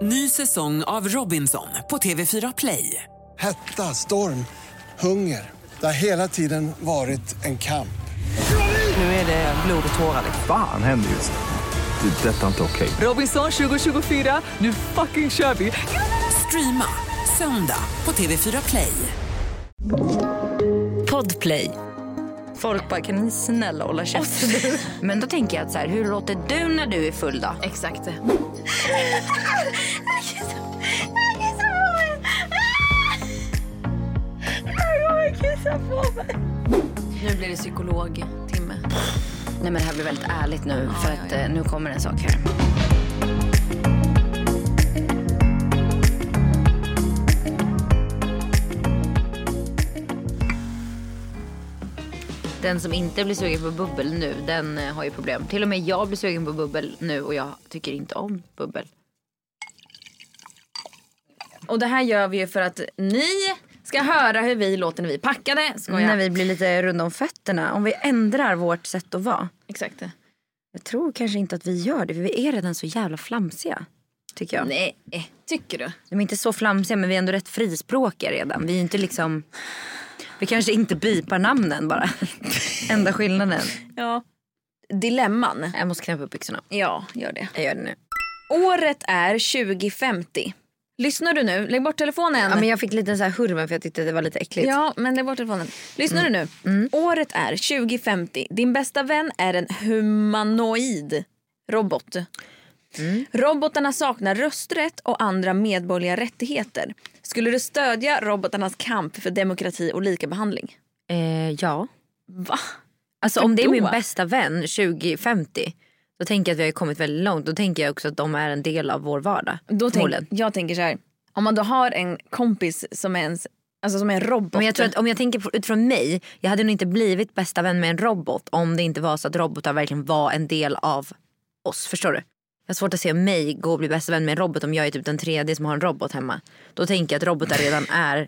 Ny säsong av Robinson på TV4 Play. Hetta, storm, hunger. Det har hela tiden varit en kamp. Nu är det blod och tårar. Fan händer just nu. Det. Detta är inte okej. Robinson 2024, nu fucking kör vi. Streama söndag på TV4 Play. Podplay. Folk bara, kan ni snälla hålla käften? Men då tänker jag att så här, hur låter du när du är full då? Exakt. Nu blir det psykologtimme. Nej, men det här blir väldigt ärligt nu. För att nu kommer en sak här. Den som inte blir sugen på bubbel nu, den har ju problem. Till och med jag blir sugen på bubbel nu och jag tycker inte om bubbel. Och det här gör vi ju för att ni ska höra hur vi låter när vi packade. När vi blir lite runda om fötterna. Om vi ändrar vårt sätt att vara. Exakt. Jag tror kanske inte att vi gör det. För vi är redan så jävla flamsiga. Tycker jag. Nej, tycker du? De är inte så flamsiga, men vi är ändå rätt frispråkiga redan. Vi är inte liksom... Vi kanske inte bipar namnen bara. Enda skillnaden. Ja. Dilemman. Jag måste knäppa upp byxorna. Ja, gör det. Jag gör det nu. Året är 2050. Lyssnar du nu? Lägg bort telefonen. Ja, men jag fick lite så här hurven för jag tyckte det var lite äckligt. Ja, men lägg bort telefonen. Lyssnar du nu? Året är 2050. Din bästa vän är en humanoid robot. Robotarna saknar rösträtt och andra medborgerliga rättigheter. Skulle du stödja robotarnas kamp för demokrati och likabehandling? Ja. Va? Alltså om det är min bästa vän 2050, då tänker jag att vi har kommit väldigt långt. Då tänker jag också att de är en del av vår vardag. Jag tänker så här. Om man då har en kompis som är som är en robot. Men jag tror att om jag tänker utifrån mig, jag hade nog inte blivit bästa vän med en robot om det inte var så att robotar verkligen var en del av oss. Förstår du? Jag har svårt att se mig gå och bli bästa vän med en robot om jag är typ den tredje som har en robot hemma. Då tänker jag att robotar redan är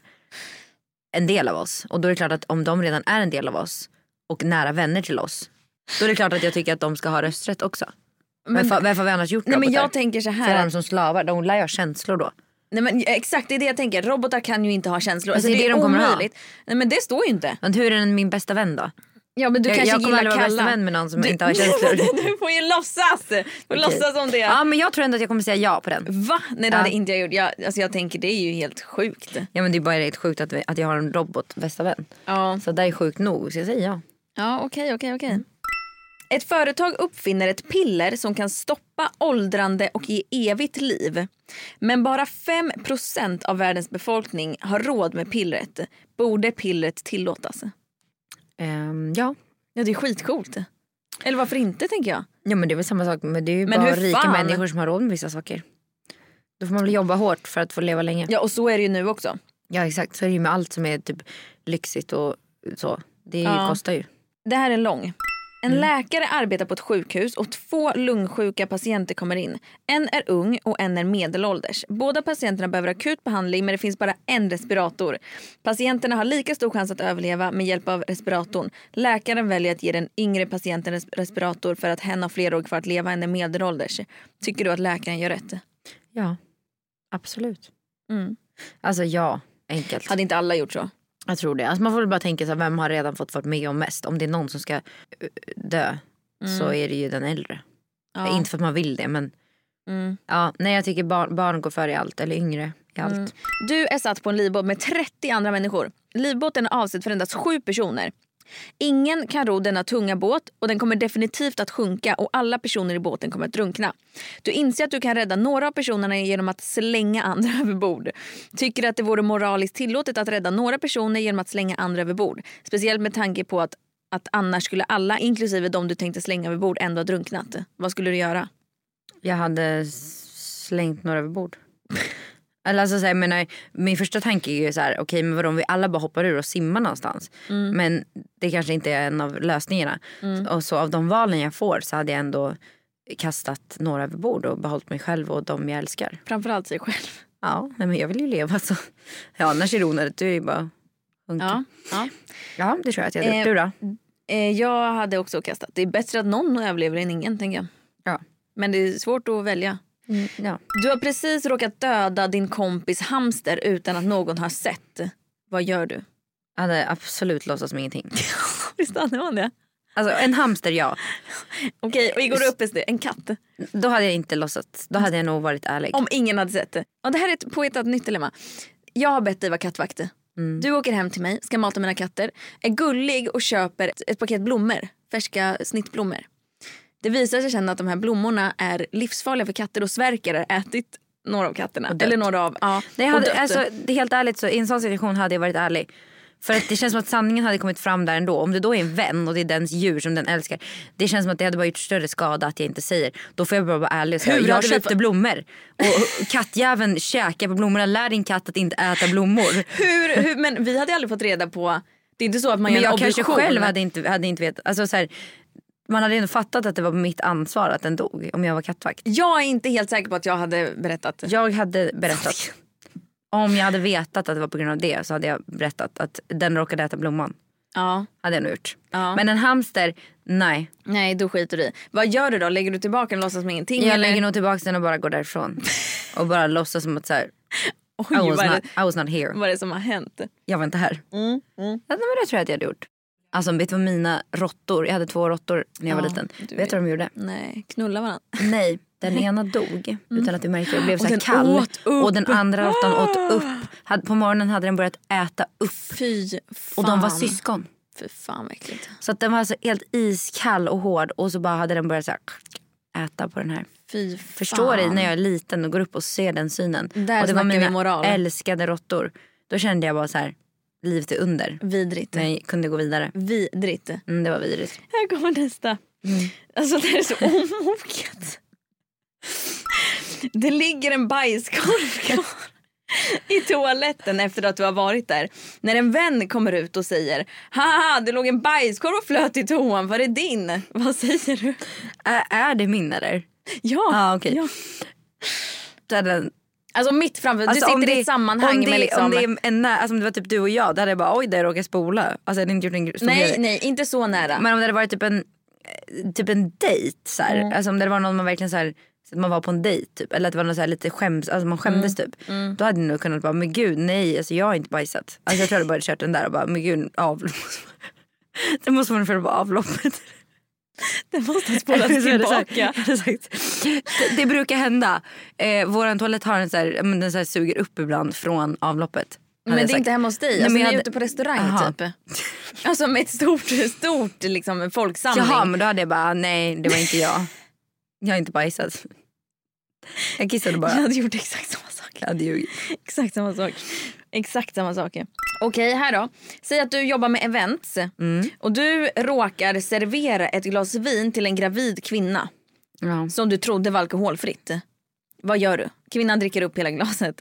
en del av oss. Och då är det klart att om de redan är en del av oss och nära vänner till oss, då är det klart att jag tycker att de ska ha rösträtt också. Men varför har vi annars gjort robotar? Nej, men jag tänker så här. För de som slavar, de lär ju ha känslor då. Nej, men exakt, det är det jag tänker. Robotar kan ju inte ha känslor. Alltså, det är de omöjligt. Nej, men det står ju inte. Men hur är den min bästa vän då? Ja, men du kanske jag kommer aldrig vara bästa vän med någon som inte har känslor. Du får ju låtsas. Låtsas om det. Ja, men jag tror ändå att jag kommer säga ja på den. Va? Nej, det hade inte jag gjort. Jag tänker det är ju helt sjukt. Ja, men det är bara helt sjukt att jag har en robot bästa vän. Ja. Så det är sjukt nog, så jag säger ja. Ja, okej. Ett företag uppfinner ett piller som kan stoppa åldrande och ge evigt liv. Men bara 5% av världens befolkning har råd med pillret. Borde pillret tillåtas? Ja. Ja, det är skitcoolt. Eller varför inte, tänker jag. Ja, men det är väl samma sak. Men det är ju bara rika människor som har råd med vissa saker. Då får man väl jobba hårt för att få leva länge. Ja, och så är det ju nu också. Ja, exakt. Så är det ju med allt som är typ lyxigt och så. Det kostar ju. Det här är lång. En läkare arbetar på ett sjukhus och 2 lungsjuka patienter kommer in. En är ung och en är medelålders. Båda patienterna behöver akut behandling, men det finns bara en respirator. Patienterna har lika stor chans att överleva med hjälp av respiratorn. Läkaren väljer att ge den yngre patienten respirator för att hen har fler år kvar att leva än den medelålders. Tycker du att läkaren gör rätt? Ja, absolut. Alltså ja, enkelt. Hade inte alla gjort så? Jag tror det. Alltså man får väl bara tänka så här, vem har redan fått varit med om mest? Om det är någon som ska dö så är det ju den äldre. Ja. Inte för att man vill det, men nej, jag tycker barn går före i allt, eller yngre i allt. Du är satt på en livbåt med 30 andra människor. Livbåten är avsedd för endast 7 personer. Ingen kan ro denna tunga båt och den kommer definitivt att sjunka och alla personer i båten kommer att drunkna. Du inser att du kan rädda några av personerna genom att slänga andra över bord. Tycker att det vore moraliskt tillåtet att rädda några personer genom att slänga andra över bord. Speciellt med tanke på att annars skulle alla, inklusive de du tänkte slänga över bord, ändå ha drunknat. Vad skulle du göra? Jag hade slängt några över bord. Eller alltså, så här, menar, min första tanke är ju så här, okej, men vadå, om vi alla bara hoppar ur och simmar någonstans. Men det kanske inte är en av lösningarna. Och så av de valen jag får så hade jag ändå kastat några över bord och behållit mig själv och de jag älskar. Framförallt sig själv. Ja, nej, men jag vill ju leva så. Ja, annars är det onödigt, du är ju bara hunka. Ja, det tror jag att jag hade. Du då? Jag hade också kastat. Det är bättre att någon överlever än ingen, tänker jag. Ja. Men det är svårt att välja. Ja. Du har precis råkat döda din kompis hamster utan att någon har sett. Vad gör du? Jag hade absolut låtsats som ingenting. Visst hade man det? Alltså en hamster, ja. Okej, och igår uppe en katt. Då hade jag inte låtsats. Då hade jag nog varit ärlig. Om ingen hade sett det. Och det här är ett påhittat nytt dilemma. Jag har bett dig vara kattvakt. Du åker hem till mig, ska mata mina katter, är gullig och köper ett paket blommor. Färska snittblommor. Det visar sig sen att de här blommorna är livsfarliga för katter och Sverker har ätit några av katterna. Eller några av, det hade, alltså, det är helt ärligt så i en sån situation hade jag varit ärlig. För att det känns som att sanningen hade kommit fram där ändå. Om det då är en vän och det är dens djur som den älskar. Det känns som att det hade bara gjort större skada att jag inte säger. Då får jag bara vara ärlig och säga jag köpte blommor. Och kattjäveln käkar på blommorna. Lär din katt att inte äta blommor. Hur, men vi hade aldrig fått reda på. Det är inte så att man men gör en jag kanske obduktion. själv hade inte vetat. Alltså så här, man hade ändå fattat att det var mitt ansvar att den dog. Om jag var kattvakt. Jag är inte helt säker på att jag hade berättat. Jag hade berättat. Om jag hade vetat att det var på grund av det så hade jag berättat att den råkade äta blomman. Ja. Hade jag nog gjort. Ja. Men en hamster, nej. Nej, då skiter du i. Vad gör du då? Lägger du tillbaka den och låtsas som ingenting? Jag lägger nog tillbaka den och bara går därifrån. Och bara låtsas som att så här, Oj, I was not here. Vad är det som har hänt? Jag var inte här. Ja, men det tror jag att jag hade gjort. Alltså vet du vad mina råttor, jag hade 2 råttor när jag var liten. Vet du vad de gjorde? Nej, knulla varandra. Nej, den ena dog utan att vi märkte det. Det blev så här den kall. åt upp. Och den andra råttan åt upp. På morgonen hade den börjat äta upp. Fy fan. Och de var syskon. Fy fan vad äckligt. Så att den var alltså helt iskall och hård. Och så bara hade den börjat så här, äta på den här. Fy fan. Förstår dig när jag är liten och går upp och ser den synen. Där och det var mina moral. älskade råttor. Då kände jag bara så här, livet är under. Vidrigt. Men jag kunde gå vidare. Vidrigt. Det var vidrigt. Här kommer nästa. Alltså det är så omoget. Det ligger en bajskorv kvar i toaletten efter att du har varit där. När en vän kommer ut och säger haha, det låg en bajskorv och flöt i toan, var det din? Vad säger du? Är det min eller? Ja. Okej. Ja. Den, alltså mitt framför, alltså, du sitter i ett sammanhang med liksom. Om det är alltså om det var typ du och jag, då hade jag bara oj, där råkade spola. Alltså jag hade inte gjort en stor grej. Nej, inte så nära. Men om det hade varit typ en dejt så här, alltså om det var någon man verkligen så här, så att man var på en dejt typ, eller att det var något så här lite alltså man skämdes typ. Då hade jag nog kunnat bara, men gud nej, alltså jag har inte bajsat. Alltså jag tror jag bara kört den där och bara, men gud det måste man för att vara avloppet. Det måste spolas tillbaka. Det brukar hända. Våran toalett har en så här, den så här suger upp ibland från avloppet. Men det är inte hemma hos dig. Alltså, nej, ni är ute på restaurang typ. Alltså med ett stort liksom, folksamling. Jaha, men då hade jag bara, nej det var inte jag. Jag har inte bajsat. Jag kissade bara. Jag hade gjort exakt samma sak. Jag hade ljugit. Exakt samma sak. Okej, här då. Säg att du jobbar med events. Och du råkar servera ett glas vin till en gravid kvinna. Ja. Som du trodde var alkoholfritt. Vad gör du? Kvinnan dricker upp hela glaset.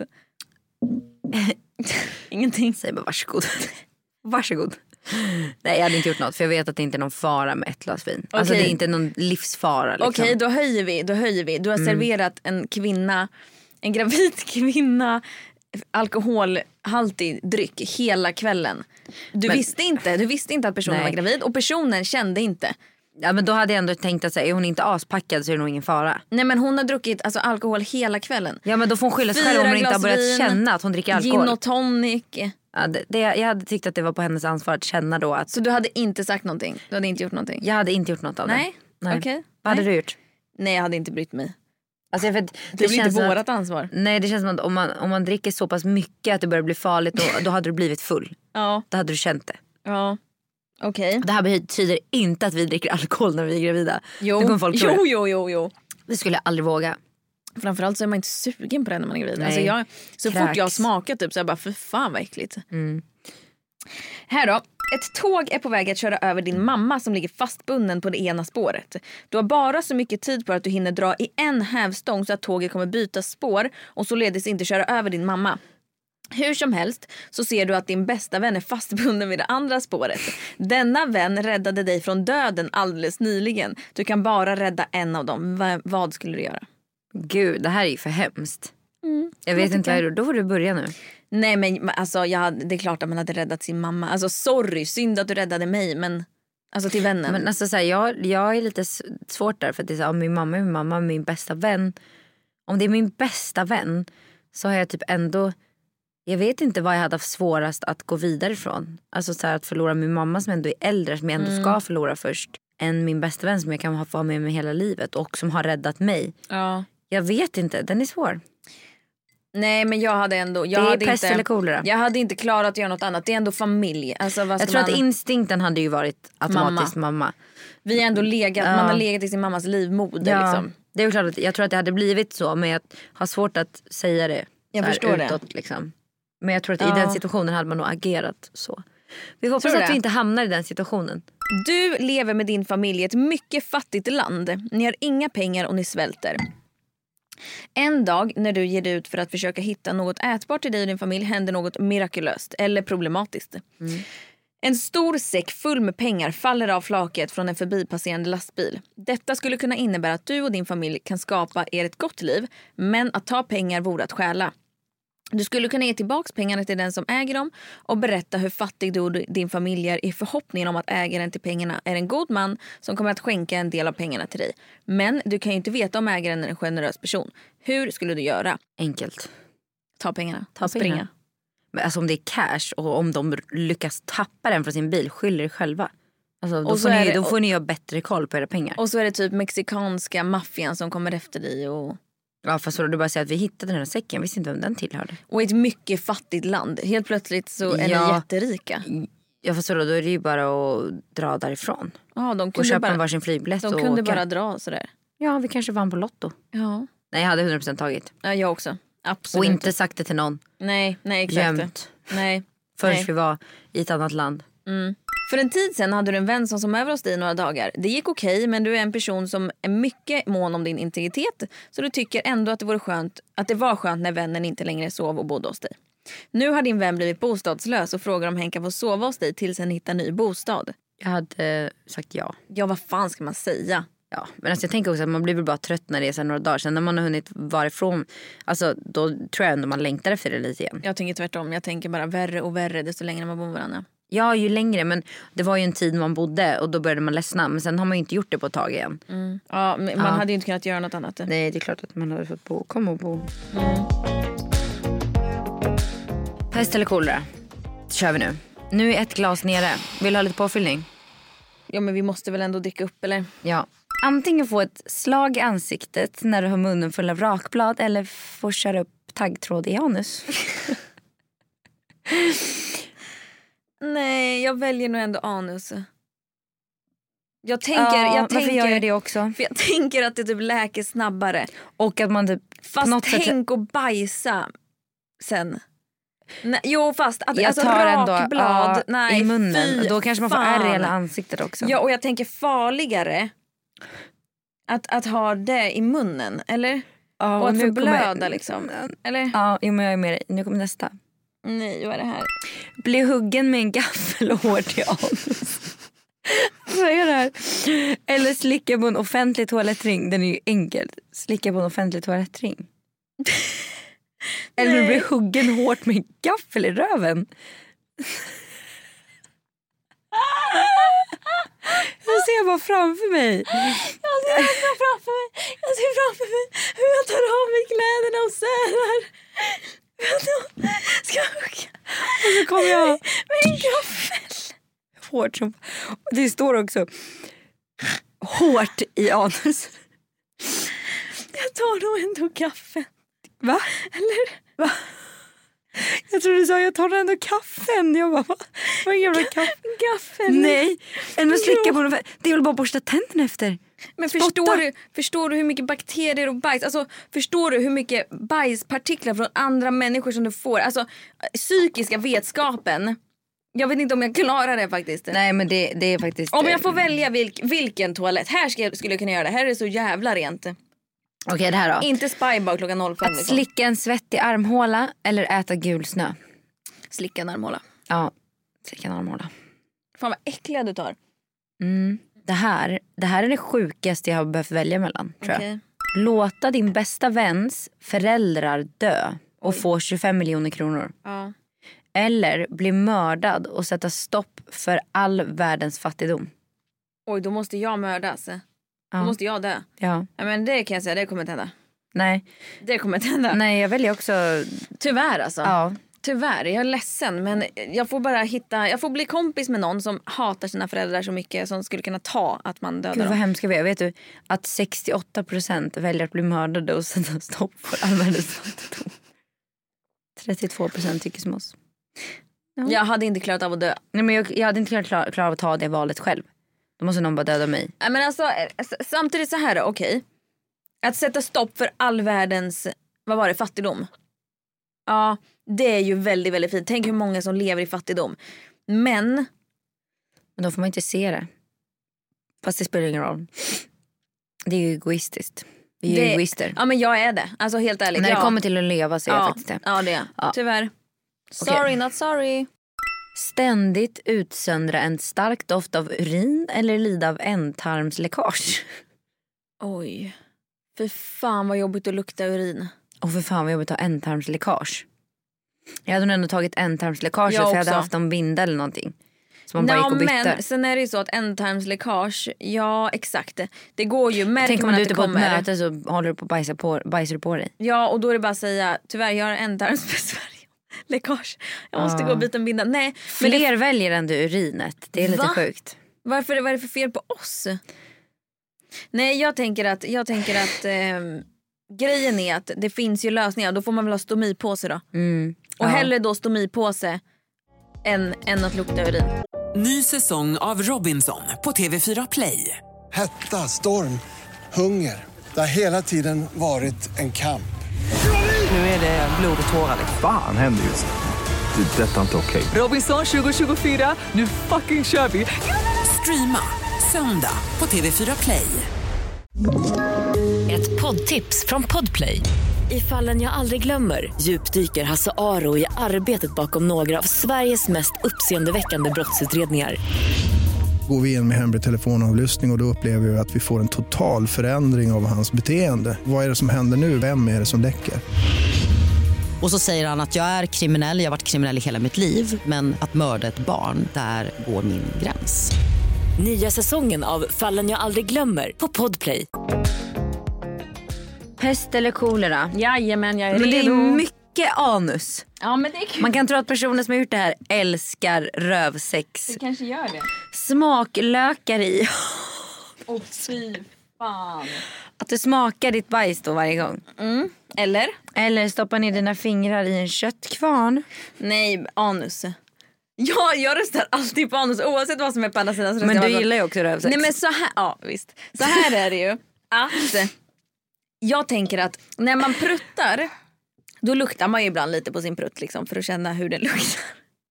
Ingenting. Säg bara varsågod. Varsågod. Nej, jag hade inte gjort något. För jag vet att det inte är någon fara med ett glas vin. Okay. Alltså det är inte någon livsfara liksom. Okej, då höjer vi. Du har serverat en gravid kvinna alkoholhaltig dryck hela kvällen. Du visste inte att personen var gravid. Och personen kände inte. Ja, men då hade jag ändå tänkt att är hon inte aspackad så är det nog ingen fara. Nej, men hon har druckit alltså, alkohol hela kvällen. Ja, men då får hon skylla sig själv om hon inte har börjat känna att hon dricker alkohol. Gin och tonic. Ja, jag hade tyckt att det var på hennes ansvar att känna då att... Så du hade inte sagt någonting? Du hade inte gjort någonting? Jag hade inte gjort något av det. Nej. Okay. Vad hade du gjort? Nej, jag hade inte brytt mig. Alltså, det blir inte vårat ansvar. Nej, det känns som att om man dricker så pass mycket att det börjar bli farligt då hade du blivit full. Ja. Då hade du känt det. Ja. Okej. Det här betyder inte att vi dricker alkohol när vi är gravida. Jo. Det skulle jag aldrig våga. Framförallt så är man inte sugen på det när man är gravid. Alltså fort jag har smakat typ, så jag bara, för fan vad äckligt. Här då. Ett tåg är på väg att köra över din mamma som ligger fastbunden på det ena spåret. Du har bara så mycket tid på att du hinner dra i en hävstång så att tåget kommer byta spår och således inte köra över din mamma. Hur som helst så ser du att din bästa vän är fastbunden vid det andra spåret. Denna vän räddade dig från döden alldeles nyligen. Du kan bara rädda en av dem. Vad skulle du göra? Gud, det här är ju för hemskt. Jag vet inte vad jag gjorde. Då får du börja nu. Nej, men alltså, det är klart att man hade räddat sin mamma. Alltså sorry, synd att du räddade mig. Men alltså till vännen. Men alltså så här, jag är lite svårt där. För att det är så här, min mamma är min mamma, min bästa vän. Om det är min bästa vän så har jag typ ändå... Jag vet inte vad jag hade haft svårast att gå vidare ifrån. Alltså så här, att förlora min mamma som ändå är äldre, som jag ändå ska förlora först. Än min bästa vän som jag kan få med mig hela livet och som har räddat mig. Ja. Jag vet inte, den är svår. Nej, men jag hade ändå... Det är pest eller kolera. Jag hade inte klarat att göra något annat. Det är ändå familj. Alltså, jag tror att instinkten hade ju varit automatiskt mamma. Vi har ändå legat, man har legat i sin mammas livmoder liksom. Det är klart att jag tror att det hade blivit så, men jag har svårt att säga det. Jag förstår utåt, det. Liksom. Men jag tror att i den situationen hade man nog agerat så. Vi hoppas att vi inte hamnar i den situationen. Du lever med din familj i ett mycket fattigt land. Ni har inga pengar och ni svälter. En dag när du ger dig ut för att försöka hitta något ätbart till dig och din familj händer något mirakulöst eller problematiskt. En stor säck full med pengar faller av flaket från en förbipasserande lastbil. Detta skulle kunna innebära att du och din familj kan skapa er ett gott liv, men att ta pengar vore att stjäla. Du skulle kunna ge tillbaka pengarna till den som äger dem och berätta hur fattig du och din familj är i förhoppningen om att ägaren till pengarna är en god man som kommer att skänka en del av pengarna till dig. Men du kan ju inte veta om ägaren är en generös person. Hur skulle du göra? Enkelt. Ta pengarna. Springa. Men alltså om det är cash och om de lyckas tappa den från sin bil, skyller själva. Alltså, då får ni ha bättre koll på era pengar. Och så är det typ mexikanska maffian som kommer efter dig och... Ja, fast så du bara säger att vi hittade den här säcken. Jag visste inte vem den tillhörde. Och i ett mycket fattigt land. Helt plötsligt så är ni jätterika. Ja, fast så då är det ju bara att dra därifrån. Ja, de kunde och köpa bara, en varsin flygbiljett de och kunde åka. Bara dra sådär. Ja, vi kanske vann på Lotto. Ja. Nej, jag hade 100% tagit. Ja, jag också. Absolut. Och inte sagt det till någon. Nej, exakt. Gömt. Nej. Förrän vi var i ett annat land. För en tid sedan hade du en vän som över hos dig några dagar. Det gick okej, men du är en person som är mycket mån om din integritet. Så du tycker ändå att det var skönt när vännen inte längre sov och bodde hos dig. Nu har din vän blivit bostadslös och frågar om hen kan få sova hos dig tills han hittar ny bostad. Jag hade sagt ja. Ja, vad fan ska man säga? Ja, men alltså jag tänker också att man blir väl bara trött när det är så några dagar. Sen när man har hunnit varifrån, alltså då tror jag ändå man längtar efter det lite igen. Jag tänker tvärtom, jag tänker bara värre och värre desto längre man bor med varandra. Ja, ju längre, men det var ju en tid man bodde och då började man ledsna. Men sen har man ju inte gjort det på ett tag igen. Ja, men man hade ju inte kunnat göra något annat. Nej, det är klart att man hade fått bo. Kom och bo. Pest eller kolera? Kör vi nu. Nu är ett glas nere. Vill du ha lite påfyllning? Ja, men vi måste väl ändå dricka upp, eller? Ja. Antingen få ett slag i ansiktet när du har munnen full av rakblad eller få köra upp taggtråd i anus. Nej, jag väljer nog ändå anus. Jag varför gör jag det också? För jag tänker att det typ läker snabbare. Och att man typ... Fast tänk att bajsa sen. Nej, jo, fast att, jag alltså tar rakblad ändå, i munnen. Och då kanske man får ärr i hela ansiktet också. Ja, och jag tänker farligare att ha det i munnen, eller? Ja, och att få blöda liksom. Eller? Ja, men jag är med dig. Nu kommer nästa. Nej, vad är det här? Bli huggen med en gaffel och hårt i anus. Vad är det här? Eller slicka på en offentlig toalettring. Den är ju enkel. Slicka på en offentlig toalettring. Eller bli huggen hårt med en gaffel i röven. Jag ser bara framför mig. Jag ser framför mig hur jag tar av mig kläderna och särar. Ska hugga. Och så kommer jag med en gaffel. Hårt som... Det står också hårt i anus. Jag tar nog ändå kaffen. Va? Eller? Va? Jag tror du sa jag tar ändå kaffen. Jag bara, vad är jävla Gaffen? Nej, än att slicka på den. Det är väl bara att borsta tänderna efter. Men förstår du hur mycket bakterier och bajs, alltså förstår du hur mycket bajspartiklar från andra människor som du får, alltså psykiska vetskapen. Jag vet inte om jag klarar det faktiskt. Nej, men det är faktiskt... Om jag får välja vilken toalett, här skulle jag kunna göra det. Här är det så jävla rent. Okej, det här då. Inte spybar klockan 05. Att liksom slicka en svettig armhåla eller äta gul snö. Slicka en armhåla. Ja, slicka en armhåla. Fan vad äckliga du tar. Det här är det sjukaste jag har behövt välja mellan, tror jag. Låta din bästa väns föräldrar dö och få 25 miljoner kronor. Ja. Eller bli mördad och sätta stopp för all världens fattigdom. Oj, då måste jag mördas. Då måste jag dö. Ja. Men det kan jag säga, det kommer inte hända. Nej. Det kommer inte hända. Nej, jag väljer också... Tyvärr alltså. Ja. Tyvärr, jag är ledsen. Men jag får bli kompis med någon som hatar sina föräldrar så mycket som skulle kunna ta att man dödar Gud, vad dem. hemska vi är. Vet du att 68% väljer att bli mördade och sätta stopp för all världens fattigdom. 32% tycker som oss. Ja. Jag hade inte klarat av att dö. Nej, men jag hade inte klarat av att ta det valet själv. Då måste någon bara döda mig. Men alltså, samtidigt så här, okej. Att sätta stopp för all världens, fattigdom. Ja, det är ju väldigt, väldigt fint. Tänk hur många som lever i fattigdom. Men då får man inte se det. Fast det spelar ingen roll. Det är ju egoistiskt. Vi är ju egoister. Ja, men jag är det. Alltså helt ärligt. När det kommer till att leva så är jag faktiskt det. Ja, det är. Ja. Tyvärr. Sorry, not sorry. Ständigt utsöndra en stark doft av urin eller lida av ändtarmsläckage. Oj. För fan vad jobbigt att lukta urin. Och för fan vad jobbigt att ha ändtarmsläckage. Jag hade nog ändå tagit ändtarmsläckage för jag hade haft en binda eller någonting. Så man bara gick och bytte. Men sen är det ju så att ändtarmsläckage, ja exakt. Det går ju, märker tänk om man du att är ute det på kommer. ett möte så håller du på att bajsar du på dig. Ja, och då är det bara att säga, tyvärr jag har ändtarmsbesvär. Läckage. Jag måste gå och byta en binda. Nej, fler väljer ändå urinet. Det är lite sjukt. Vad är det för fel på oss? Nej, jag tänker att grejen är att det finns ju lösningar. Då får man väl ha stomipåse då. Och hellre då stomipåse än att lukta urin. Ny säsong av Robinson på TV4 Play. Hetta, storm, hunger. Det har hela tiden varit en kamp. Nu är det blod och tårar. Fan händer just det. Det är detta inte okej. Robinson 2024, nu fucking kör vi. Streama söndag på TV4 Play. Ett poddtips från Podplay. I Fallen jag aldrig glömmer djupdyker Hasse Aro i arbetet bakom några av Sveriges mest uppseendeväckande brottsutredningar. Går vi in med hemlig telefonavlyssning och då upplever vi att vi får en total förändring av hans beteende. Vad är det som händer nu? Vem är det som läcker? Och så säger han att jag är kriminell, jag har varit kriminell i hela mitt liv. Men att mörda ett barn, där går min gräns. Nya säsongen av Fallen jag aldrig glömmer på Podplay. Pest eller kolera? Jajamän, jag är men redo. det är mycket anus. Ja, men det är kul. Man kan tro att personer som har gjort det här älskar rövsex. Det kanske gör det. Smaklökar i. Åh, fy fan. Att du smakar ditt bajs då varje gång. Eller stoppa ner dina fingrar i en köttkvarn. Nej, anus. Ja, jag röstar alltid på anus oavsett vad som är på andra sidan. Men du gillar ju också rövsex. Nej, men så här, ja visst. Så här är det ju att jag tänker att när man pruttar då luktar man ju ibland lite på sin prutt liksom, för att känna hur den luktar.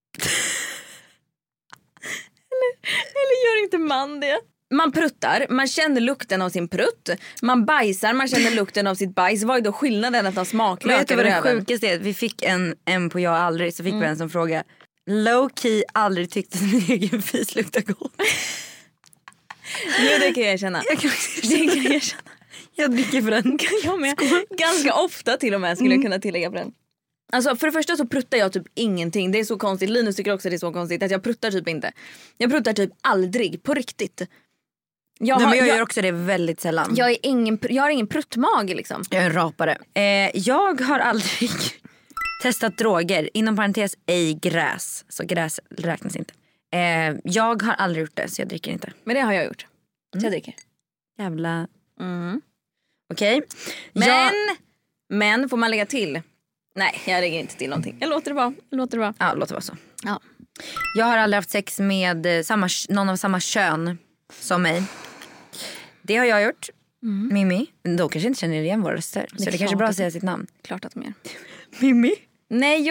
eller gör inte man det? Man pruttar, man känner lukten av sin prutt. Man bajsar, man känner lukten av sitt bajs. Vad är då skillnaden att ha smaklök? Vet du vad det sjukaste är? Vi fick en på Jag aldrig. Så fick vi en som fråga low key aldrig tyckte att min egen fis luktar gott. Jo, det kan jag känna. Jag dricker för den. Jag med. Ganska ofta till och med skulle jag kunna tillägga på den. Alltså för det första så pruttar jag typ ingenting. Det är så konstigt. Linus tycker också det är så konstigt att jag pruttar typ inte. Jag pruttar typ aldrig på riktigt. Jag gör också det väldigt sällan. Jag har ingen pruttmage liksom. Jag är en rapare. Jag har aldrig testat droger. Inom parentes ej gräs. Så gräs räknas inte. Jag har aldrig gjort det så jag dricker inte. Men det har jag gjort. Så jag dricker. Jävla. Okej. Men får man lägga till? Nej, jag lägger inte till någonting. Jag låter det vara. Ja, låter vara så. Ja. Jag har aldrig haft sex med någon av samma kön som mig. Det har jag gjort. Mimmi. Då kanske inte känner igen våra röster. Så det kanske är bra att säga sitt namn. Klart att mer. Mimmi. Nej,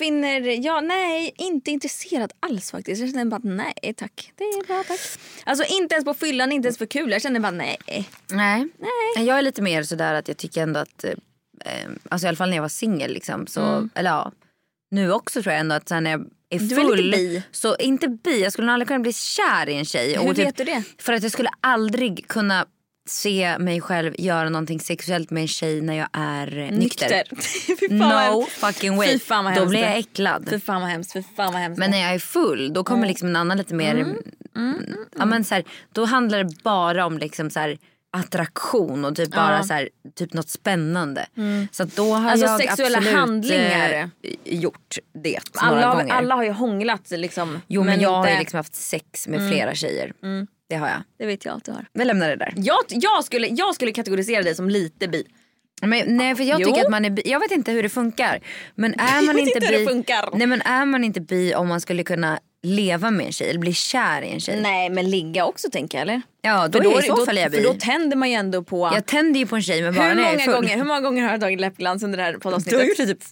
inte intresserad alls faktiskt. Jag känner bara nej tack. Det är bra tack. Alltså inte ens på fyllan, inte ens för kul. Jag känner bara nej. Jag är lite mer sådär att jag tycker ändå att alltså i alla fall när jag var singel liksom så, eller ja, nu också tror jag ändå att när jag är full, du är lite bi. Så inte bi, jag skulle aldrig kunna bli kär i en tjej. Hur och vet du det? För att jag skulle aldrig kunna se mig själv göra någonting sexuellt med en tjej när jag är nykter. No fucking way. Då blir jag äcklad. Fy fan vad hemskt. Men när jag är full då kommer liksom en annan lite mer ja, men så här, då handlar det bara om liksom så här, attraktion och typ bara så här, typ något spännande. Så att då har alltså jag sexuella absolut handlingar gjort det några gånger. Alla har ju hånglat liksom. Jo men jag har ju inte... liksom haft sex med flera tjejer. Det har jag. Det vet jag att du har. Vi lämnar det där. Jag skulle kategorisera dig som lite bi. Men, nej, för jag tycker att man är bi. Jag vet inte hur det funkar. Men är man inte bi? Hur det funkar. Nej, men är man inte bi om man skulle kunna leva med en tjej eller bli kär i en tjej? Nej, men ligga också tänker jag, eller? Ja, då är i så fall jag bi. För då tänder man ju ändå på. Jag tänder ju på en tjej men bara när jag är full. Hur många gånger har jag tagit läppglans under det här poddavsnittet? Du har gjort det typ.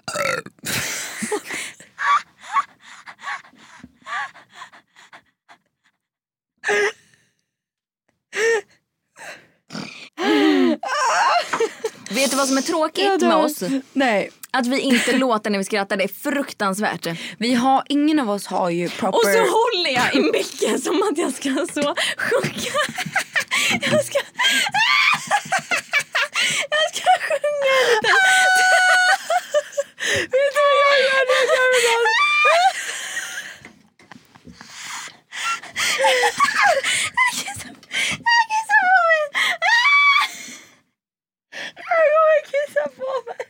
Vet du vad som är tråkigt med oss? Nej. Att vi inte låter när vi skrattar, det är fruktansvärt. Ingen av oss har ju proper... Och så håller jag i micken som att jag ska så sjunga. Jag ska sjunga lite. Vet du vad jag gör när jag gör det? Jag kissar på mig.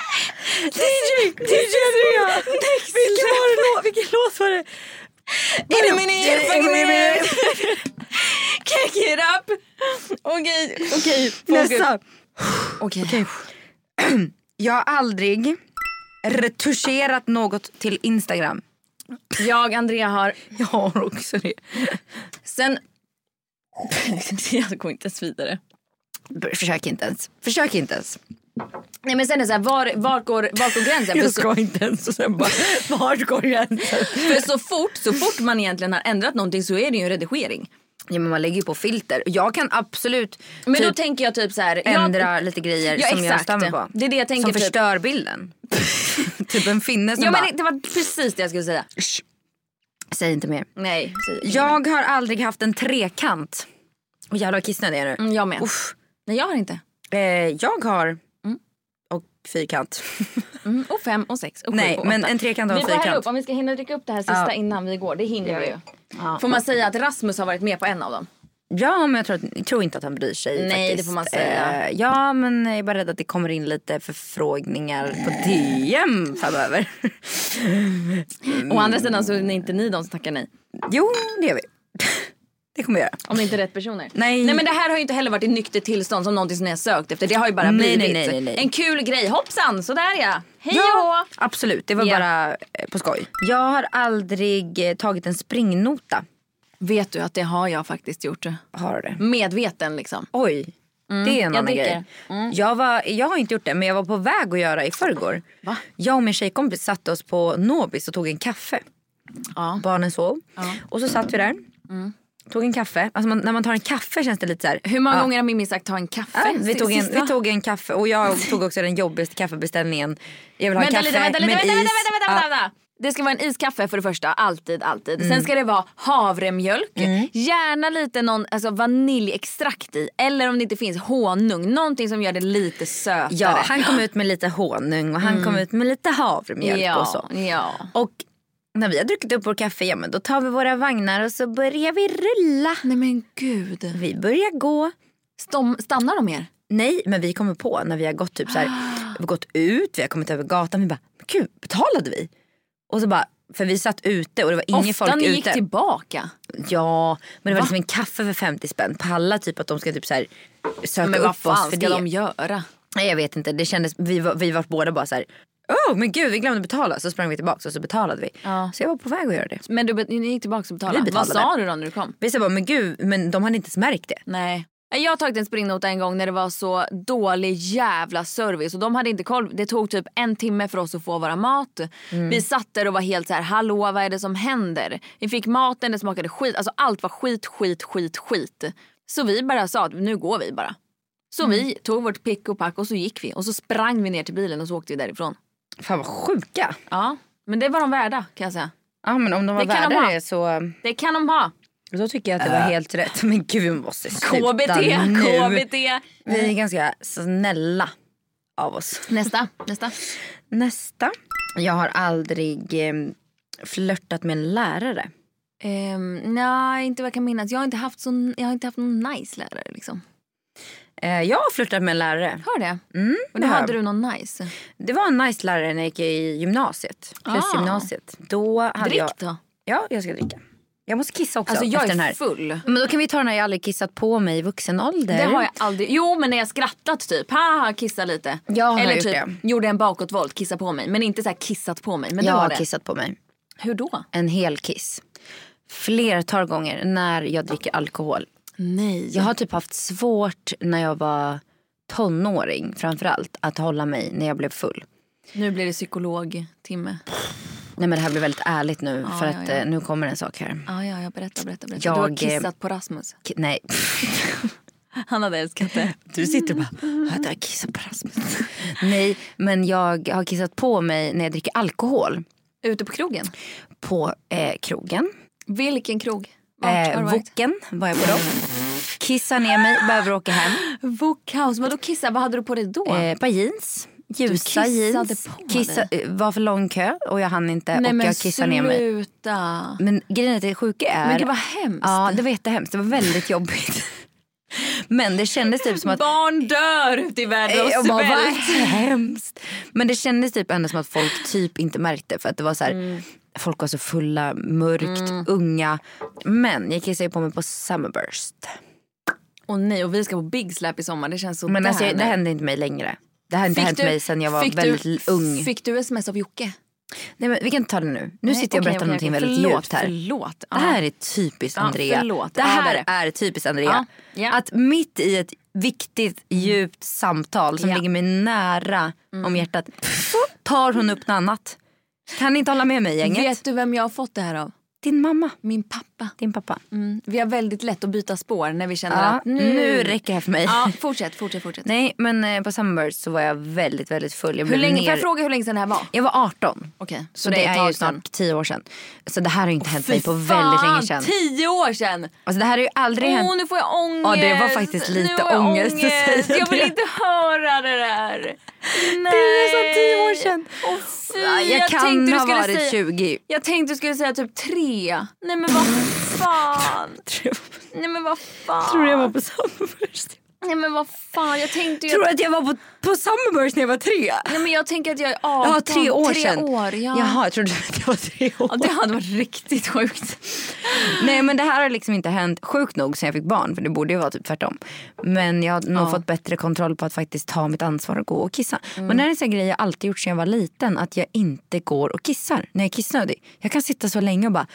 DJ Andrea. Vilken låt var det? Eliminate. Kick it up. Okej. Nästa. Okej. Jag har aldrig retuscherat något till Instagram. Andrea har. Jag har också det. Sen jag går inte ens vidare. Försök inte ens. Nej, men sen är det så här, var går gränsen? Jag ska inte ens och sen bara, var går gränsen? För så fort man egentligen har ändrat någonting så är det ju en redigering. Ja, men man lägger ju på filter. Jag kan absolut men typ, då tänker jag typ så här, ändra lite grejer som jag stämmer på. Det är det jag tänker. Som typ. förstör bilden. Typ en finne som men det var precis det jag skulle säga. Säg inte mer. Nej. Jag har aldrig haft en trekant. Och jävlar kissnödig är nu. Jag med. Nej, jag har inte. Jag har och fyrkant. Och 5 och 6 och 7 Nej, och 8. Men en trekant och en fyrkant. Vi får hälla upp, om vi ska hinna dricka upp det här sista innan vi går. Det hinner vi ju. Ja. Får man säga att Rasmus har varit med på en av dem? Ja, men jag tror inte att han bryr sig. Nej, faktiskt. det får man säga. Ja, men jag är bara rädd att det kommer in lite förfrågningar på DM framöver. Å andra sidan så är inte ni de som tackar nej. Jo, det gör vi. Det kommer jag göra. Om det inte är rätt personer. Nej, men det här har ju inte heller varit i nyktert tillstånd som någonting som ni har sökt efter. Det har ju bara blivit nej. En kul grej. Hoppsan, sådär ja. Hej ja, absolut. Det var bara på skoj. Jag har aldrig tagit en springnota. Vet du att det har jag faktiskt gjort. Har du det? Medveten liksom. Oj, det är en annan grej. Jag har inte gjort det, men jag var på väg att göra i förrgår. Va? Jag och min tjejkompis satte oss på Nobis och tog en kaffe. Ja. Barnen sov. Ja. Och så satt vi där. Tog en kaffe. Alltså när man tar en kaffe känns det lite så här. Hur många gånger har Mimmi sagt ta en kaffe? Ja, vi tog en kaffe. Och jag tog också den jobbigaste kaffebeställningen. Jag vill ha en kaffe med is. Vänta. Det ska vara en iskaffe för det första, alltid. Sen ska det vara havremjölk. Gärna lite vaniljextrakt i. Eller om det inte finns honung. Någonting som gör det lite sötare. Ja, han kom ut med lite honung och han kom ut med lite havremjölk och så. Ja. Och när vi har druckit upp vår kaffe, men då tar vi våra vagnar och så börjar vi rulla. Nej men gud. Vi börjar gå. Stannar de er? Nej, men vi kommer på när vi har gått typ så här, vi har gått ut, vi har kommit över gatan, vi bara, gud, betalade vi? Och så bara, för vi satt ute och det var ingen folk ute. Ofta ni gick tillbaka. Ja, men det var liksom en kaffe för 50 spänn. Palla typ att de ska typ så här söka upp oss för det. Men vad fan ska de göra? Nej, jag vet inte, det kändes, vi var båda bara så här, men gud, vi glömde betala. Så sprang vi tillbaka och så betalade vi. Så jag var på väg att göra det. Men ni gick tillbaka och betalade? Vad sa du då när du kom? Vi sa bara, men gud, men de hade inte ens märkt det. Nej. Jag har tagit en springnota en gång när det var så dålig jävla service. Och de hade inte koll. Det tog typ 1 timme för oss att få våra mat. Vi satt där och var helt så här, hallå, vad är det som händer? Vi fick maten, det smakade skit. Alltså allt var skit. Så vi bara sa att nu går vi bara. Så vi tog vårt pick och pack och så gick vi. Och så sprang vi ner till bilen och så åkte vi därifrån. Fan vad sjuka. Ja, men det var de värda kan jag säga. Ja, men om de var värda det så... Det kan de ha. Då tycker jag att det var helt rätt. Men gud, vi måste sluta KBT. Vi är ganska snälla av oss. Nästa. Jag har aldrig flörtat med en lärare. Nej, inte vad jag kan minnas. Jag har inte haft någon nice lärare liksom. Jag har flirtat med en lärare. Hör det? Och det har hade jag. du någon nice? Det var en nice lärare när jag gick i gymnasiet. Plus gymnasiet. Då hade Drick jag... då? Ja, jag ska dricka. Jag måste kissa också. Alltså jag efter den här. är full. Men då kan vi ta när jag aldrig kissat på mig i vuxen ålder. Det har jag aldrig. Jo, men när jag skrattat typ. Haha, kissa lite. Jag har eller gjort typ det. gjorde en bakåtvolt, kissa på mig. Men inte så här kissat på mig. Men Jag det var har det. kissat på mig. Hur då? En hel kiss. Flertal gånger när jag dricker alkohol. Nej. Jag har typ haft svårt när jag var tonåring framförallt att hålla mig när jag blev full. Nu blir det psykologtimme. Nej, men det här blir väldigt ärligt nu för ja, att ja. Nu kommer en sak här. Ja, berätta. Jag, du har kissat på Rasmus. Nej. Han hade älskat det. Du sitter och bara, jag har kissat på Rasmus. Nej, men jag har kissat på mig när jag dricker alkohol. Ute på krogen? På krogen. Vilken krog? Vart har du varit? Woken var jag på då. Kissar ner mig, behöver åka hem. Wokhouse, vadå kissa? Vad hade du på dig då? Par jeans. Ljusa jeans. Var för lång kö och jag hann inte. Nej, och men jag kissade ner mig. Sluta. Men grejen är att det sjuka är... Men det var hemskt. Ja, det var jättehemskt. Det var väldigt jobbigt. Men det kändes typ som att... Barn dör ute i världen och svält. Hemskt. Men det kändes typ ändå som att folk typ inte märkte. För att det var så här... Folk var så fulla, mörkt, unga. Men jag kissade på mig på Summerburst. Och nej, och vi ska på Big Slap i sommar. Det känns så. Men alltså, det hände inte mig längre. Det har inte hänt mig sen jag var väldigt ung. Fick du sms av Jocke? Nej, men vi kan inte ta det nu. Nu sitter jag och berättar någonting väldigt djupt här. Förlåt. Det här är typiskt Andrea. Förlåt. Det här är typiskt Andrea. Ja. Att mitt i ett viktigt, djupt samtal som ligger mig nära om hjärtat, så tar hon upp något annat. Kan ni inte hålla med mig, gänget? Vet du vem jag har fått det här av? Din mamma. Min pappa. Din pappa. Vi har väldigt lätt att byta spår när vi känner att nu räcker det för mig. Ja, fortsätt. Nej, Nej, men på Summerburst så var jag väldigt, väldigt full. får jag fråga hur länge sedan det här var? Jag var 18. Okej. Så det är ju snart 10 år sedan. Så det här har ju inte hänt mig på väldigt länge sedan. 10 år sedan! Alltså det här har ju aldrig hänt. Nu får jag ångest. Ja, det var faktiskt lite ångest att säga Jag vill det. inte höra det där. Nej. Det är så 10 år sedan. Jag kan ha varit 20. Jag tänkte du skulle säga typ 3. Nej men vad fan. Nej men vad fan. Tror du jag var på Summerburst? Nej men vad fan. Jag tänkte ju Tror du att jag var på Summerburst när jag var 3? Nej men jag tänker att jag är 18. Ja, 3 år 3 sedan. år, ja. Jaha, jag trodde att jag var 3 år. Ja, det hade varit riktigt sjukt. Nej, men det här har liksom inte hänt sjukt nog sen jag fick barn. För det borde ju vara typ tvärtom. Men jag har nog fått bättre kontroll på att faktiskt ta mitt ansvar och gå och kissa. Men det är en sån grej jag alltid gjort sedan jag var liten. Att jag inte går och kissar när jag är kissnödig. Jag kan sitta så länge och bara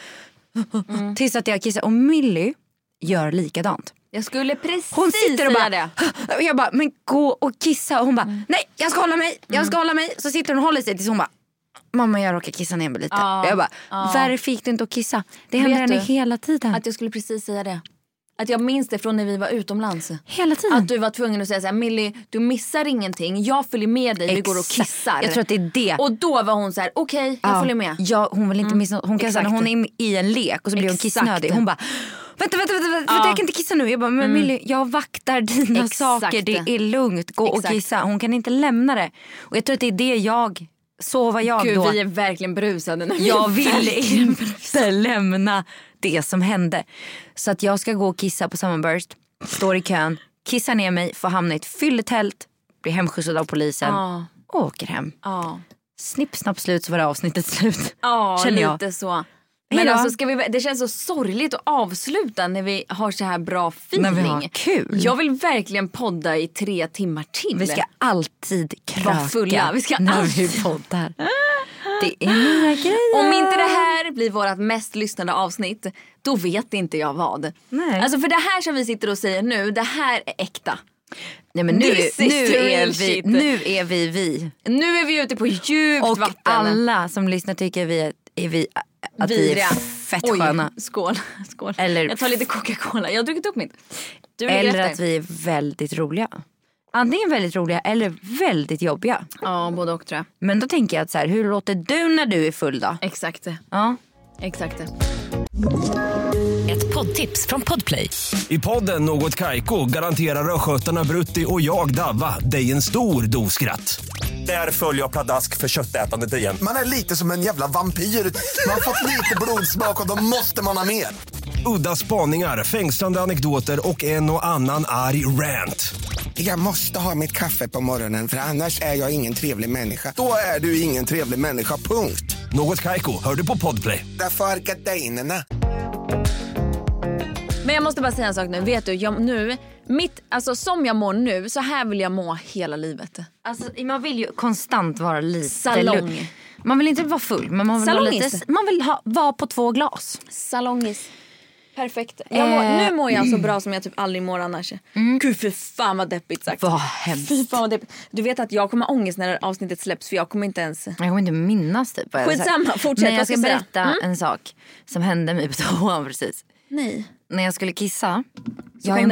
tills att jag kissar. Och Millie gör likadant. Jag skulle precis hon sitter och bara, det. Och jag bara, men gå och kissa. Och hon bara, nej, jag ska hålla mig. Jag ska hålla mig. Så sitter hon och håller sig tills hon bara, mamma, jag råkar kissa ner mig lite. Jag bara, varför fick du inte att kissa? Det händer henne hela tiden. Att jag skulle precis säga det. Att jag minns det från när vi var utomlands. Hela tiden. Att du var tvungen att säga så här, Millie, du missar ingenting. Jag följer med dig, vi går och kissar. Jag tror att det är det. Och då var hon så här, okej, jag följer med. Ja, hon vill inte missa. Hon kan säga när hon är i en lek och så blir hon kissnödig. Hon bara, vänta, jag kan inte kissa nu. Jag bara, men Millie, jag vaktar dina saker. Det är lugnt, gå och kissa. Hon kan inte lämna det. Och jag tror att det är det Gud, då. vi är verkligen brusade nu. Jag vill inte lämna det som hände. Så att jag ska gå och kissa på Summerburst. Står i kön, kissar ner mig, får hamna i ett fylletält, blir hemskjutsad av polisen och åker hem. Snipp, snapp, slut, så var det avsnittet slut. Ja, känner jag. lite så. Men alltså det känns så sorgligt att avsluta när vi har så här bra feeling. När vi har kul. Jag vill verkligen podda i 3 timmar till. Vi ska alltid kröka vara fulla. Vi ska när vi poddar. Det är mina grejer. Om inte det här blir vårt mest lyssnade avsnitt, då vet inte jag vad. Nej. Alltså för det här som vi sitter och säger nu, det här är äkta. Nej, men nu är vi. Nu är vi ute på djupt och vatten. Och alla som lyssnar tycker att vi är fett sköna. Skål. Eller, jag tar lite Coca-Cola. Jag har druckit upp mitt. Eller att vi är väldigt roliga. Antingen väldigt roliga eller väldigt jobbiga. Ja, både och tror jag. Men då tänker jag att så här, hur låter du när du är full då? Exakt. Ja. Exakt. Ett poddtips från Podplay. I podden Något Kaiko garanterar röskötarna Brutti och jag Davva dig en stor doskratt. Där följer jag pladask för köttätandet igen. Man är lite som en jävla vampyr. Man har fått lite blodsmak och då måste man ha mer. Udda spaningar, fängslande anekdoter och en och annan arg rant. Jag måste ha mitt kaffe på morgonen för annars är jag ingen trevlig människa. Då är du ingen trevlig människa, punkt. Något Kaiko, hör du på Podplay. Därför är gardinerna. Men jag måste bara säga en sak nu. Vet du, som jag mår nu, så här vill jag må hela livet. Alltså, man vill ju konstant vara lite salong. Man vill inte vara full, men man vill vara lite, man vill vara på 2 glas. Salongis. Perfekt. Nu mår jag så bra som jag typ aldrig mår annars. Gud, för fan vad deppigt sagt. Vad hemskt. Fy fan vad deppigt. Du vet att jag kommer ångest när avsnittet släpps, för jag kommer inte ens... Jag kommer inte minnas typ vad jag Skitsamma, fortsätt. Men jag ska berätta en sak som hände mig på toan precis. Nej. När jag skulle kissa. Jag har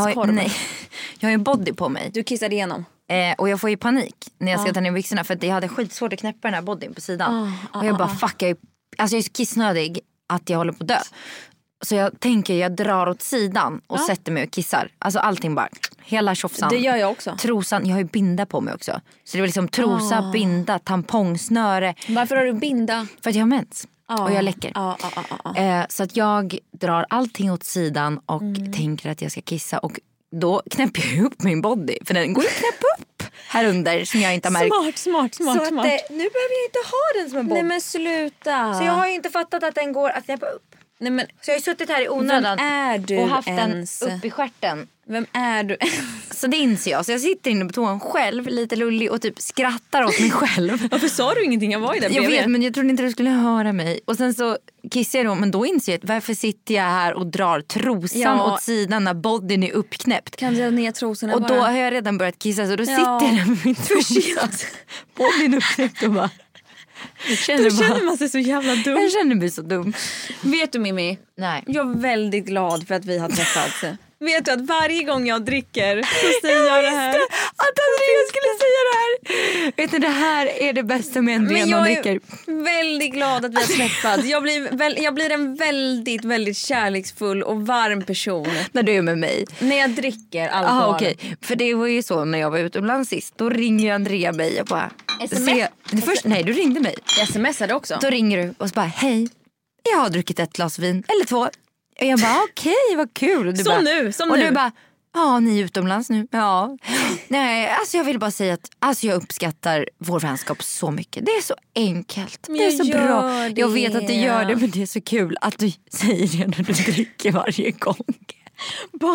en body på mig. Du kissade igenom. Och jag får ju panik när jag ska ta ner byxorna, för att jag hade skitsvårt att knäppa den här bodyn på sidan. Och jag bara fuck, jag är så kissnödig att jag håller på att dö. Så jag tänker, jag drar åt sidan och sätter mig och kissar. Alltså allting bara, hela tjofsan. Det gör jag också. Trosan, jag har ju binda på mig också. Så det var liksom trosa, binda, tampongsnöre. Varför har du binda? För att jag har mens. Och jag läcker. Så att jag drar allting åt sidan och tänker att jag ska kissa. Och då knäpper jag upp min body. För den går ju att knäppa upp här under som jag inte har märkt. Smart. Så att nu behöver jag inte ha den som en body. Nej men sluta. Så jag har ju inte fattat att den går att knäppa upp. Nej, men, så jag har ju suttit här i onödan. Vem är du och haft ens? Den upp i stjärten. Vem är du? Så det inser jag. Så jag sitter inne på toan själv, lite lullig, och typ skrattar åt mig själv. Varför sa du ingenting? Jag var ju där bredvid. Jag vet, men jag trodde inte du skulle höra mig. Och sen så kissar jag då, men då inser jag varför sitter jag här och drar trosan åt sidan när bodyn är uppknäppt. Kan du dra ner trosorna och bara? då har jag redan börjat kissa, så då sitter jag där med min trosa. Bodyn uppknäppt och bara... Då känner man sig så jävla dum. Jag känner mig så dum. Vet du, Mimmi? Nej. Jag är väldigt glad för att vi har träffats. Vet du att varje gång jag dricker så säger jag det här. Att Andrea skulle säga det här. Vet du, det här är det bästa med Andrea när man dricker. Jag är väldigt glad att vi har träffats. Jag blir en väldigt, väldigt kärleksfull och varm person. När du är med mig. När jag dricker alkohol. Okej. För det var ju så när jag var utomlands sist. Då ringer Andrea mig och bara... Nej, du ringde mig. Jag smsade också. Då ringer du och så bara, hej, jag har druckit 1 glas vin eller 2. Och jag bara, okej, vad kul. Och du som bara, nu. Du bara, ja, ni är utomlands nu. Ja. Nej, alltså jag vill bara säga att jag uppskattar vår vänskap så mycket. Det är så enkelt. Det är så bra. Det. Jag vet att du gör det, men det är så kul att du säger det när du dricker varje gång. Bara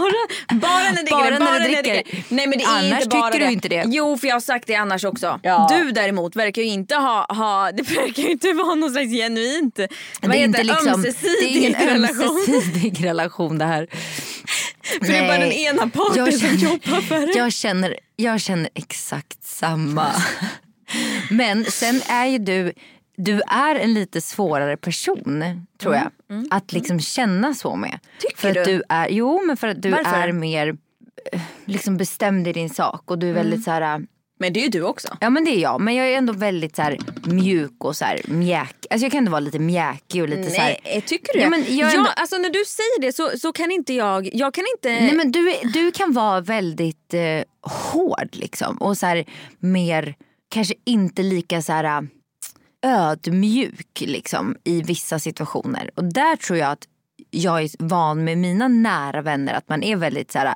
när du dricker. Nej, men det är annars inte bara tycker det. Du inte det. Jo, för jag har sagt det annars också. Ja. Du däremot verkar ju inte ha det verkar ju inte vara någon slags genuint. Det är inte liksom, det är ingen ömsesidig relation det här. För det är bara den ena parten som jobbar för det. Jag känner exakt samma. Men sen är ju du är en lite svårare person, tror jag. Att liksom känna så med. Tycker för du? Att du är, jo, men för att du är mer liksom bestämd i din sak. Och du är väldigt så här... Men det är ju du också. Ja, men det är jag. Men jag är ändå väldigt så här mjuk och så här mjäk. Alltså jag kan ändå vara lite mjäkig och lite så här... Nej, tycker du? Ja, men alltså när du säger det så kan inte jag kan inte... Nej, men du kan vara väldigt hård liksom. Och så här mer, kanske inte lika så här... ödmjuk liksom i vissa situationer. Och där tror jag att jag är van med mina nära vänner att man är väldigt så här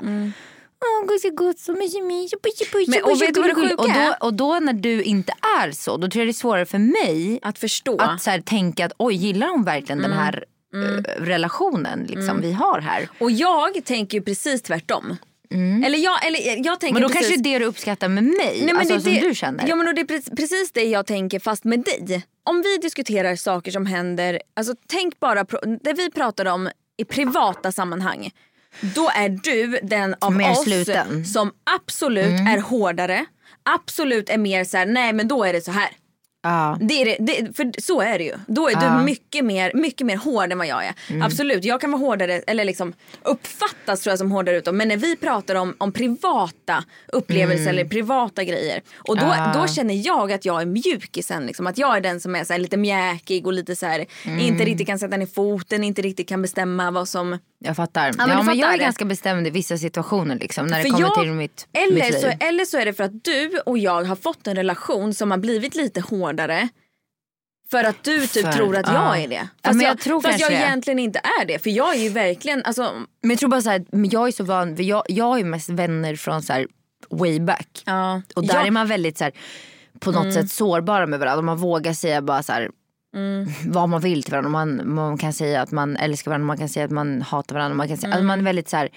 och då när du inte är så, då tror jag det är svårare för mig att förstå, att så här, tänka att oj, gillar hon verkligen den här relationen liksom vi har här. Och jag tänker ju precis tvärtom. Eller jag tänker, men då precis... kanske det är det du uppskattar med mig. Nej, men alltså det, som du känner. Ja, men det är precis det jag tänker, fast med dig. Om vi diskuterar saker som händer, alltså tänk bara det vi pratar om i privata sammanhang. Då är du den av mer oss sluten, som absolut är hårdare. Absolut är mer så här, nej men då är det så här. Det är det, för så är det ju. Då är du mycket mer hård än vad jag är. Absolut, jag kan vara hårdare, eller liksom uppfattas tror jag som hårdare utåt. Men när vi pratar om privata upplevelser eller privata grejer, och då känner jag att jag är mjuk i sen liksom, att jag är den som är så här lite mjäkig och lite så här, inte riktigt kan sätta ner foten, inte riktigt kan bestämma vad som... Jag fattar. Men jag är ganska bestämd i vissa situationer liksom, när det kommer till mitt liv. Eller så är det för att du och jag har fått en relation som har blivit lite hårdare För att du typ tror att jag är det. Fast men jag tror jag det. egentligen inte är det. För jag är ju verkligen alltså... Men jag tror bara så här, jag är så van, jag har ju mest vänner från så här way back. Ja. Och där är man väldigt så här, på något sätt sårbara med varandra. Man vågar säga bara så här, vad man vill till varandra. Man kan säga att man älskar varandra, man kan säga att man hatar varandra, man kan säga att man är väldigt så här,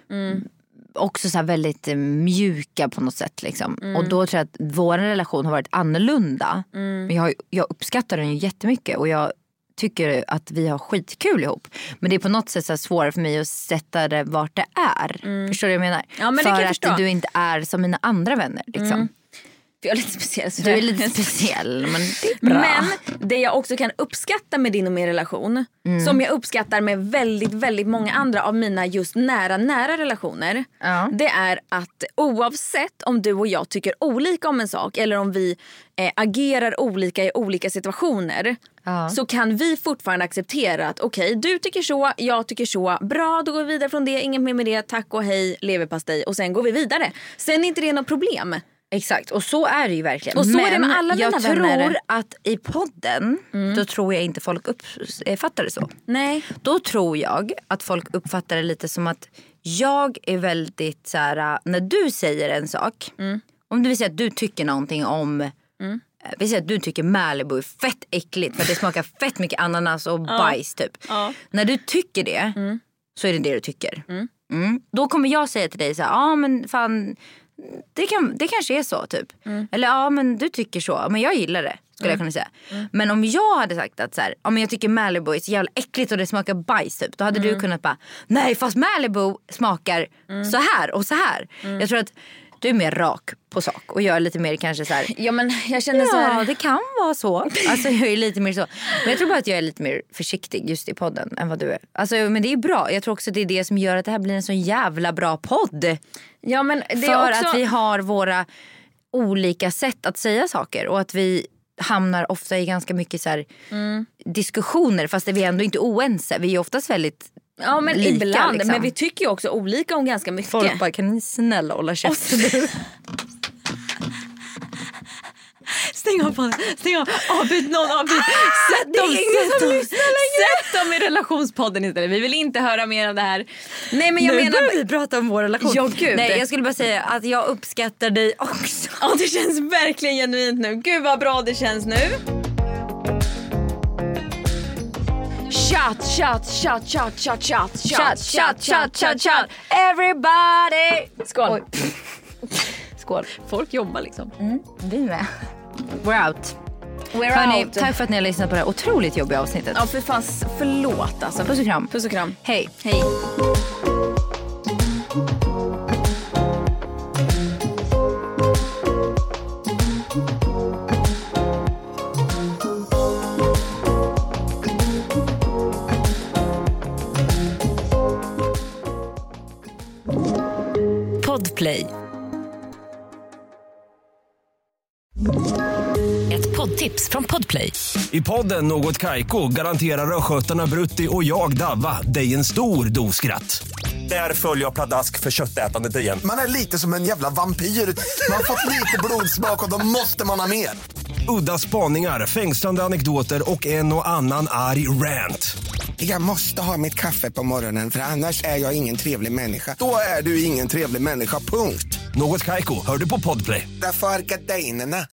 också så här väldigt mjuka på något sätt liksom. Och då tror jag att vår relation har varit annorlunda. Men jag uppskattar den ju jättemycket och jag tycker att vi har skitkul ihop. Men det är på något sätt så här svårare för mig att sätta det vart det är. Förstår du vad jag menar? Ja, men för att du inte är som mina andra vänner liksom. För jag är lite speciell. Du är lite speciell, men det är bra. Men det jag också kan uppskatta med din och min relation, som jag uppskattar med väldigt, väldigt många andra av mina just nära relationer, det är att oavsett om du och jag tycker olika om en sak eller om vi agerar olika i olika situationer, så kan vi fortfarande acceptera att okej, du tycker så, jag tycker så, bra, då går vi vidare från det, inget mer med det, tack och hej, leverpastej, och sen går vi vidare. Sen är inte det något problem. Exakt, och så är det ju verkligen. Och så är det med alla mina vänner. Jag tror att i podden, då tror jag inte folk uppfattar det så. Nej. Då tror jag att folk uppfattar det lite som att jag är väldigt så här, när du säger en sak, om du vill säga att du tycker någonting om, vi säger att du tycker Malibu är fett äckligt för att det smakar fett mycket ananas och bajs typ. När du tycker det, så är det du tycker. Då kommer jag säga till dig så här, men fan, det kanske är så typ. Eller men du tycker så, men jag gillar det, skulle jag kunna säga. Men om jag hade sagt att så här, men jag tycker Malibu är så jävla äckligt och det smakar bajs typ, då hade du kunnat bara, nej fast Malibu smakar så här och så här. Jag tror att du är mer rak på sak och jag är lite mer kanske så här. Ja, men jag känner så här. Ja, det kan vara så. Alltså jag är lite mer så. Men jag tror bara att jag är lite mer försiktig just i podden än vad du är. Alltså, men det är bra. Jag tror också att det är det som gör att det här blir en så jävla bra podd. Ja, men det för är också... att vi har våra olika sätt att säga saker och att vi hamnar ofta i ganska mycket så här diskussioner fast vi är ändå inte oense. Vi är oftast väldigt lika, ibland, liksom. men vi tycker ju också olika om ganska mycket. Folk bara, kan ni snälla hålla käften nu? Stäng av. Avbyt någon. Sätt dem i relationspodden istället. Vi vill inte höra mer av det här. Nej, men jag menar, vi pratar om vår relation. Ja, gud. Nej, jag skulle bara säga att jag uppskattar dig också. Ja, det känns verkligen genuint nu. Gud vad bra det känns nu. Shot. Everybody. Skål. Skål. Folk jobbar liksom. Vi med. We're out. Hörrni, tack för att ni har lyssnat på det här otroligt jobbiga avsnittet. Ja, för fan, förlåt alltså. Puss och kram. Hej. Podplay. Ett poddtips från Podplay. I podden Något Kaiko garanterar röskötarna Brutti och jag Davva dig en stor doskratt. Där följer jag pladask för köttätandet igen. Man är lite som en jävla vampyr. Man har fått lite blodsmak och då måste man ha mer. Udda spaningar, fängslande anekdoter och en och annan arg rant. Jag måste ha mitt kaffe på morgonen för annars är jag ingen trevlig människa. Då är du ingen trevlig människa, punkt. Något Kaiko, hör du på Podplay. Därför är gardinerna.